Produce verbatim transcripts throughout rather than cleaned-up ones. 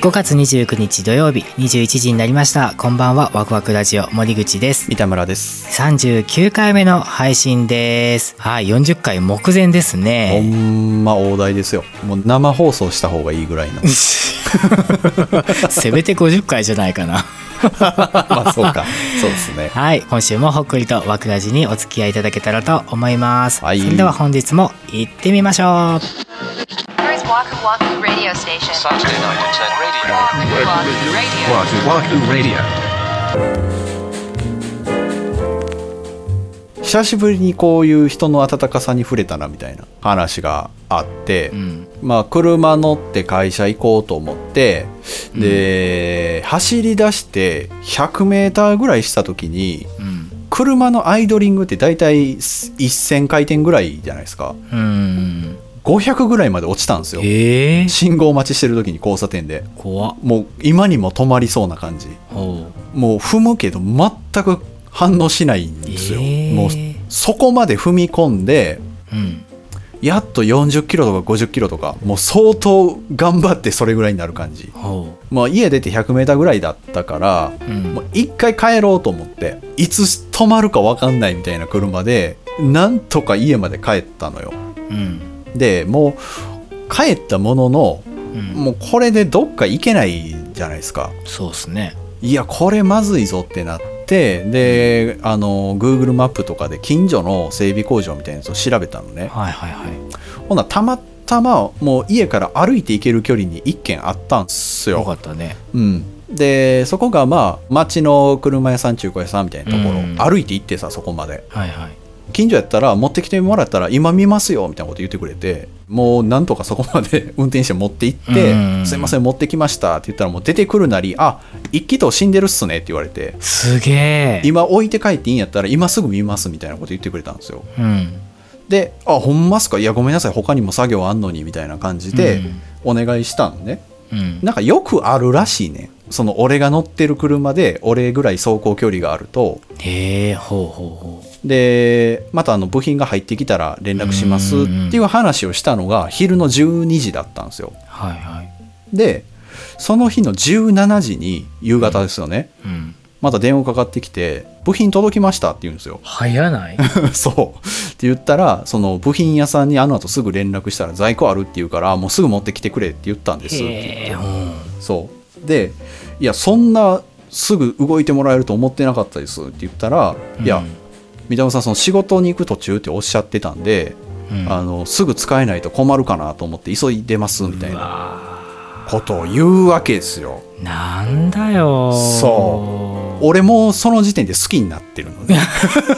ごがつにじゅうくにち土曜日にじゅういちじになりました。こんばんは。ワクワクラジオ森口です。 三田村です。 さんじゅうきゅうかいめの配信です。はい、よんじゅっかい目前ですね。 ほんま大台ですよ。もう生放送した方がいいぐらいのせめてごじゅっかいじゃないかなまあそうか、そうですね。 はい、今週もほっくりとワクラジにお付き合いいただけたらと思います、 はい、 それでは本日も行ってみましょう。 Waku Waku Radio Station. Saturday night at ten radio. Waku Waku Radio. 久しぶりにこういう人の温かさに触れたなみたいな話があって、うん、まあ車乗って会社行こうと思って、で、うん、走り出してひゃくメーターぐらいした時に、うん、車のアイドリングってだいたいせんかいてんぐらいじゃないですか。うん、ごひゃくぐらいまで落ちたんですよ。信号待ちしてる時に交差点で怖っ。 もう今にも止まりそうな感じ。もう踏むけど全く反応しないんですよ。もうそこまで踏み込んで、うん、やっとよんじゅっキロとかごじゅっキロとかもう相当頑張ってそれぐらいになる感じ。まあ、家出てひゃくメーターぐらいだったから、うん、もう一回帰ろうと思っていつ止まるか分かんないみたいな車でなんとか家まで帰ったのよ、うん、でもう帰ったものの、うん、もうこれでどっか行けないじゃないですか。 そうですね。いやこれまずいぞってなって、であの Google マップとかで近所の整備工場みたいなやつを調べたのね。 はいはいはい。 ほなたまたまもう家から歩いて行ける距離に一軒あったんすよ。 よかったね。 うん。でそこがまあ町の車屋さん中古屋さんみたいなところ、うん、歩いて行ってさそこまで。はいはい。近所やったら持ってきてもらったら今見ますよみたいなこと言ってくれて、もうなんとかそこまで運転して持って行って、うん、すいません持ってきましたって言ったらもう出てくるなり、あ一気筒死んでるっすねって言われて、 すげえ今置いて帰っていいんやったら今すぐ見ますみたいなこと言ってくれたんですよ、うん、であほんますか、いやごめんなさい他にも作業あんのにみたいな感じでお願いしたのね、うん、なんかよくあるらしいね。その俺が乗ってる車で俺ぐらい走行距離があると、 へえほうほうほうでまたあの部品が入ってきたら連絡しますっていう話をしたのが昼のじゅうにじだったんですよ。 はいはい。でその日のじゅうしちじに夕方ですよね、うんうん、また電話かかってきて部品届きましたって言うんですよ。 早ないそうって言ったらその部品屋さんにあの後すぐ連絡したら在庫あるって言うからもうすぐ持ってきてくれって言ったんですって言って、うん、そうでいやそんなすぐ動いてもらえると思ってなかったですって言ったら、うん、いや三田村さんその仕事に行く途中っておっしゃってたんで、うん、あのすぐ使えないと困るかなと思って急いでますみたいなことを言うわけですよ。 なんだよ。 そう俺もその時点で好きになってるのね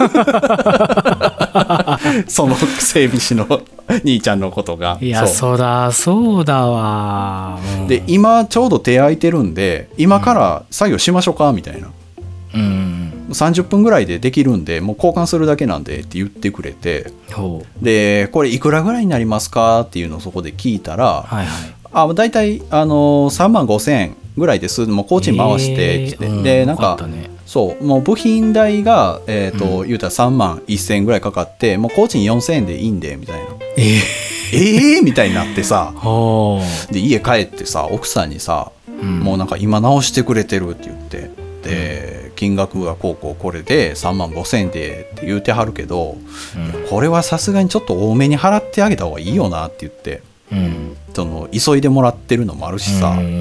その整備士の兄ちゃんのことが。 いや そ, そだそうだわ、 うん、で今ちょうど手空いてるんで今から作業しましょうかみたいな、うん、さんじゅっぷんぐらいでできるんでもう交換するだけなんでって言ってくれて、でこれいくらぐらいになりますかっていうのをそこで聞いたら、はいはい、あだいたいあのさんまんごせんえんぐらいです、もう工賃回してきて、えー、でなんか、ね、そうもう部品代が、えーとうん、言うたらさんまんせんえんぐらいかかってもう工賃よんせんえんでいいんでみたいな、えー、えー、みたいになってさで家帰ってさ奥さんにさ、うん、もうなんか今直してくれてるって言ってで、うん、金額がこうこうこれでさんまんごせんえんでって言うてはるけど、うん、いやこれはさすがにちょっと多めに払ってあげた方がいいよなって言って、うん、その急いでもらってるのもあるしさ、うんうんうん、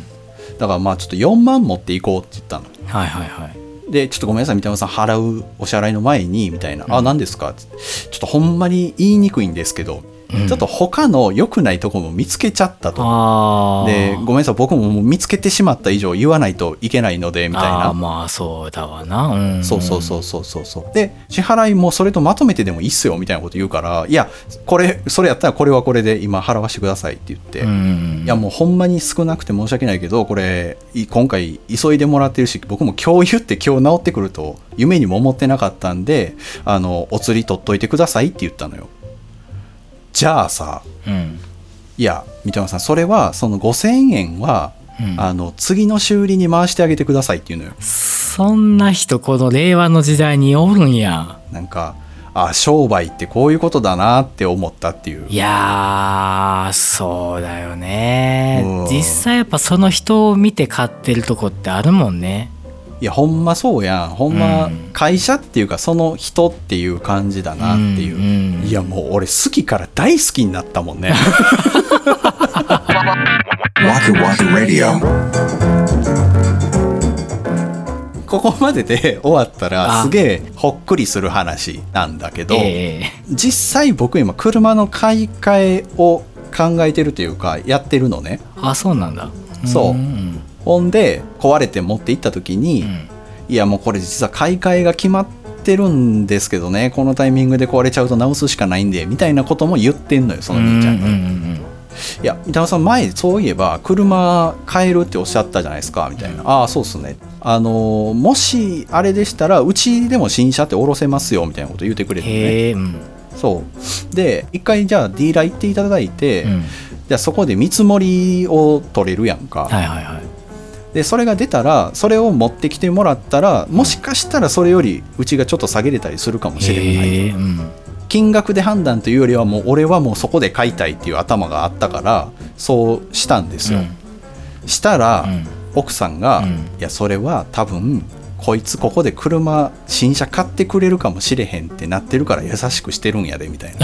だからまあちょっとよんまん持っていこうって言ったの。 はいはいはい。 でちょっとごめんなさい三田村さん払うお支払いの前にみたいな、うん、あ何ですかってちょっとほんまに言いにくいんですけど、うん、ちょっと他の良くないところも見つけちゃったと。あでごめんなさい僕ももう見つけてしまった以上言わないといけないのでみたいな。 あまあそうだわな、うんうん、 そうそうそうそうそうそうで支払いもそれとまとめてでもいいっすよみたいなこと言うから、いやこれそれやったらこれはこれで今払わせてくださいって言って、うんうん、いやもうほんまに少なくて申し訳ないけどこれ今回急いでもらってるし僕も今日言って今日治ってくると夢にも思ってなかったんであのお釣り取っといてくださいって言ったのよ。じゃあさ、うん、いや三田村さんそれはそのごせんえんは、うん、あの次の修理に回してあげてくださいっていうのよ。 そんな人この令和の時代におるんや。 なんかあ、商売ってこういうことだなって思ったっていう。 いやーそうだよね、 うん、 実際やっぱその人を見て買ってるとこってあるもんね。 いやほんまそうやん、ほんま会社っていうかその人っていう感じだなっていう、うんうん、いやもう俺好きから大好きになったもんね。ここまでで終わったらすげえほっくりする話なんだけど、えー、実際僕今車の買い替えを考えてるというかやってるのね。 あ、そうなんだ。 そう、 うん、 ほんで壊れて持って行った時に、うん、いやもうこれ実は買い替えが決まってるんですけどね、このタイミングで壊れちゃうと直すしかないんでみたいなことも言ってんのよ、その兄ちゃんに。うんうんうん、いや板尾さん前そういえば車買えるっておっしゃったじゃないですかみたいな、うん、ああそうっすね、あのもしあれでしたらうちでも新車って下ろせますよみたいなこと言ってくれてね。 へー、うん、 そうで一回じゃあディーラー行っていただいて、うん、じゃあそこで見積もりを取れるやんか、 はいはいはい、 でそれが出たらそれを持ってきてもらったらもしかしたらそれよりうちがちょっと下げれたりするかもしれない、うん、金額で判断というよりはもう俺はもうそこで買いたいっていう頭があったからそうしたんですよ、うん、したら、うん、奥さんが、うん、いやそれは多分こいつここで車新車買ってくれるかもしれへんってなってるから優しくしてるんやでみたいな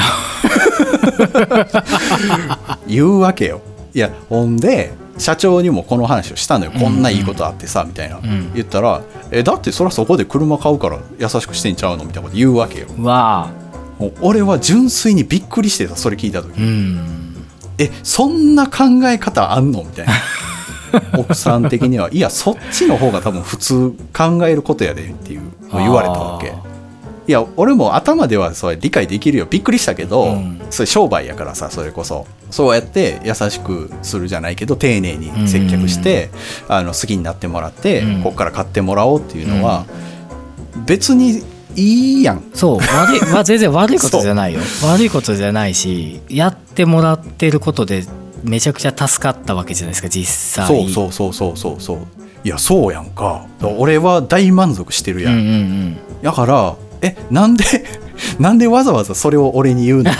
言うわけよ。いやほんで社長にもこの話をしたのよ、うんうん、こんないいことあってさみたいな、うん、言ったらえだってそりゃそこで車買うから優しくしてんちゃうのみたいなこと言うわけよ。 わあ、もう俺は純粋にびっくりしてた、それ聞いた時、うん、えそんな考え方あんのみたいな奥さん的にはいやそっちの方が多分普通考えることやでっていうのを言われたわけ。いや俺も頭ではそれ理解できるよ、びっくりしたけど、うん、それ商売やからさ、それこそそうやって優しくするじゃないけど丁寧に接客して、うん、あの好きになってもらって、うん、ここから買ってもらおうっていうのは、うん、別にいいやん。 そう悪い、まあ、全然悪いことじゃないよ悪いことじゃないしやってもらってることでめちゃくちゃ助かったわけじゃないですか実際。 そうそうそうそうそうそう、いやそうやんか、俺は大満足してるやん、うんうんうん、だからえなんでなんでわざわざそれを俺に言うの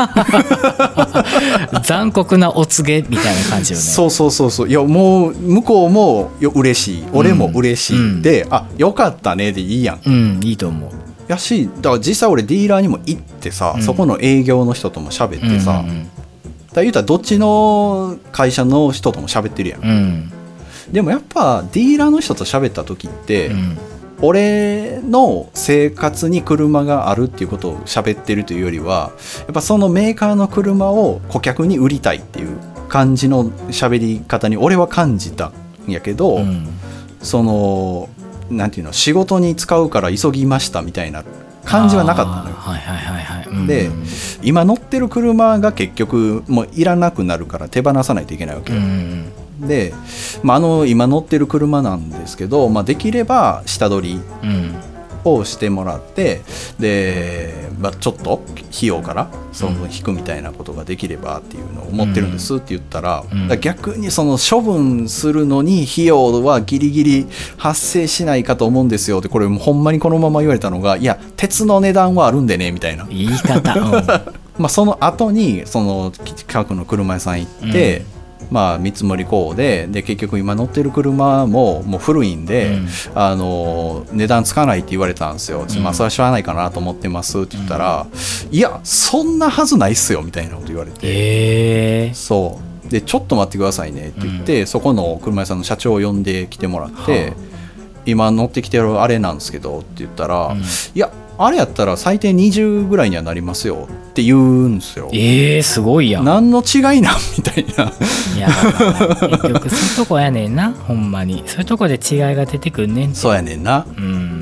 残酷なお告げみたいな感じよね。 そうそうそうそう、いやもう向こうもよ嬉しい俺も嬉しい、うん、であよかったねでいいやん、 うん、いいと思う。 やしだから実際俺ディーラーにも行ってさ、うん、そこの営業の人とも喋ってさ、うんうんうん、だ言うたらどっちの会社の人とも喋ってるやん、うん、でもやっぱディーラーの人と喋った時って、うん、俺の生活に車があるっていうことを喋ってるというよりはやっぱそのメーカーの車を顧客に売りたいっていう感じの喋り方に俺は感じたんやけど、うん、そのなんていうの仕事に使うから急ぎましたみたいな感じはなかったのよ。 はいはいはいはい、うん、 で今乗ってる車が結局もういらなくなるから手放さないといけないわけよ、うんで、まあ、あの今乗ってる車なんですけど、まあ、できれば下取りをしてもらって、うん、で、まあ、ちょっと費用からその分引くみたいなことができればっていうのを思ってるんですって言ったら、うん、だ逆にその処分するのに費用はギリギリ発生しないかと思うんですよってこれほんまにこのまま言われたのがいや鉄の値段はあるんでねみたいな言い方、うんまあその後にその近くの車屋さん行って、うんまあ、見積もりこうで、で結局今乗ってる車ももう古いんで、うん、あの値段つかないって言われたんですよ、うん、まあそれはしょうがないかなと思ってますって言ったら、うん、いやそんなはずないっすよみたいなこと言われて、 えー、 そうでちょっと待ってくださいねって言って、うん、そこの車屋さんの社長を呼んできてもらって、はあ、今乗ってきてるあれなんですけどって言ったら、うん、いやあれやったら最低にじゅうぐらいにはなりますよって言うんですよ。 えー、すごいやん。 何の違いなんみたいな。 いや結局そういうとこやねんなほんまにそういうとこで違いが出てくんねんて。 そうやねんな、うん、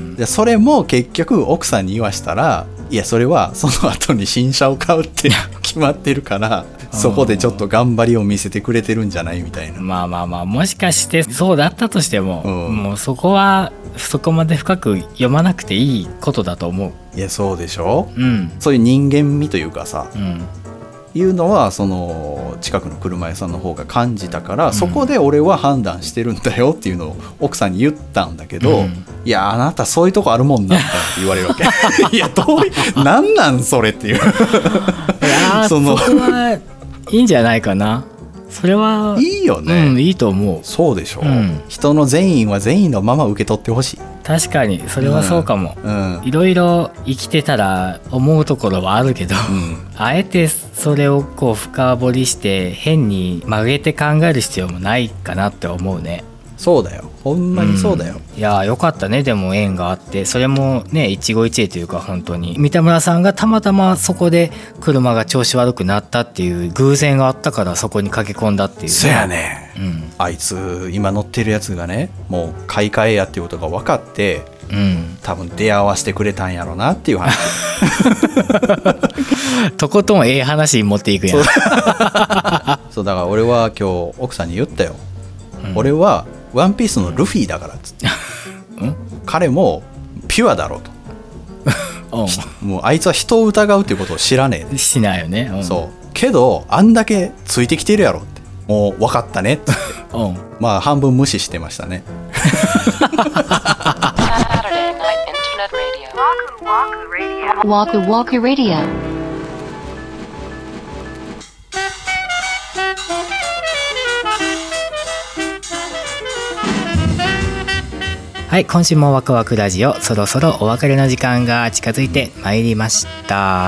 でそれも結局奥さんに言わしたらいやそれはその後に新車を買うって決まってるからそこでちょっと頑張りを見せてくれてるんじゃないみたいな。 まあまあまあもしかしてそうだったとしても、うん、もうそこはそこまで深く読まなくていいことだと思う。 いやそうでしょ、 うん、 そういう人間味というかさ、 うん、 いうのはその近くの車屋さんの方が感じたから、うん、そこで俺は判断してるんだよっていうのを奥さんに言ったんだけど、うん、いやあなたそういうとこあるもんなって言われるわけいやどういうなんなんそれっていういやそのそこはいいんじゃないかな。それはいいよね、 うん、いいと思う。 そうでしょ、うん、人の善意は善意のまま受け取ってほしい。 確かにそれはそうかも、うんうん、いろいろ生きてたら思うところはあるけど、うん、あえてそれをこう深掘りして変に曲げて考える必要もないかなって思うね。 そうだよ、ほんまにそうだよ、 うん、いやよかったね。でも縁があって、それもね一期一会というか、本当に三田村さんがたまたまそこで車が調子悪くなったっていう偶然があったからそこに駆け込んだっていう、ね、 そやね、うん、あいつ今乗ってるやつがねもう買い替えやっていうことが分かって、うん、多分出会わせてくれたんやろなっていう話とことんええ話に持っていくやんそうだから俺は今日奥さんに言ったよ、うん、俺はワンピースのルフィだからっつって彼もピュアだろうともうあいつは人を疑うっていうことを知らねえしないよね、うん、 そうけどあんだけついてきてるやろってもう分かったねってうん、まあ半分無視してましたね Waku Waku Radio。 はい、今週もワクワクラジオ、そろそろお別れの時間が近づいてまいりました。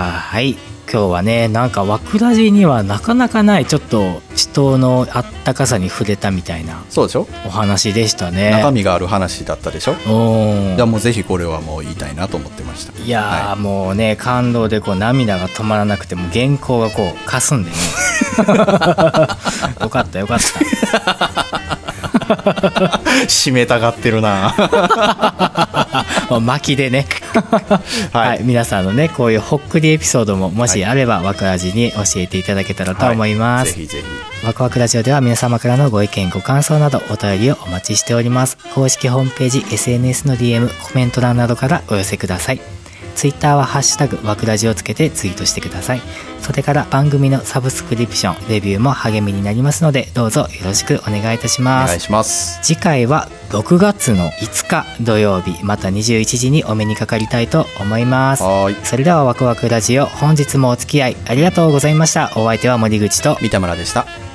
はい、今日はねなんかワクラジにはなかなかないちょっと人のあったかさに触れたみたいなそうでしょお話でしたね。 中身がある話だったでしょ。おじゃあもうぜひこれはもう言いたいなと思ってました。 いやー、はい、もうね感動でこう涙が止まらなくても原稿がこうかすんでねよかったよかった締めたがってるな巻きでねはい、はい、皆さんのねこういうほっくりエピソードももしあれば、はい、ワクラジに教えていただけたらと思います、はい、ぜひぜひ。ワクワクラジオでは皆様からのご意見ご感想などお便りをお待ちしております。公式ホームページ エスエヌエス の ディーエム コメント欄などからお寄せください。ツイッターはハッシュタグワクラジをつけてツイートしてください。それから番組のサブスクリプションレビューも励みになりますのでどうぞよろしくお願いいたします。 お願いします。 次回はろくがつのいつか土曜日またにじゅういちじにお目にかかりたいと思います。はい、それではワクワクラジオ本日もお付き合いありがとうございました。お相手は森口と三田村でした。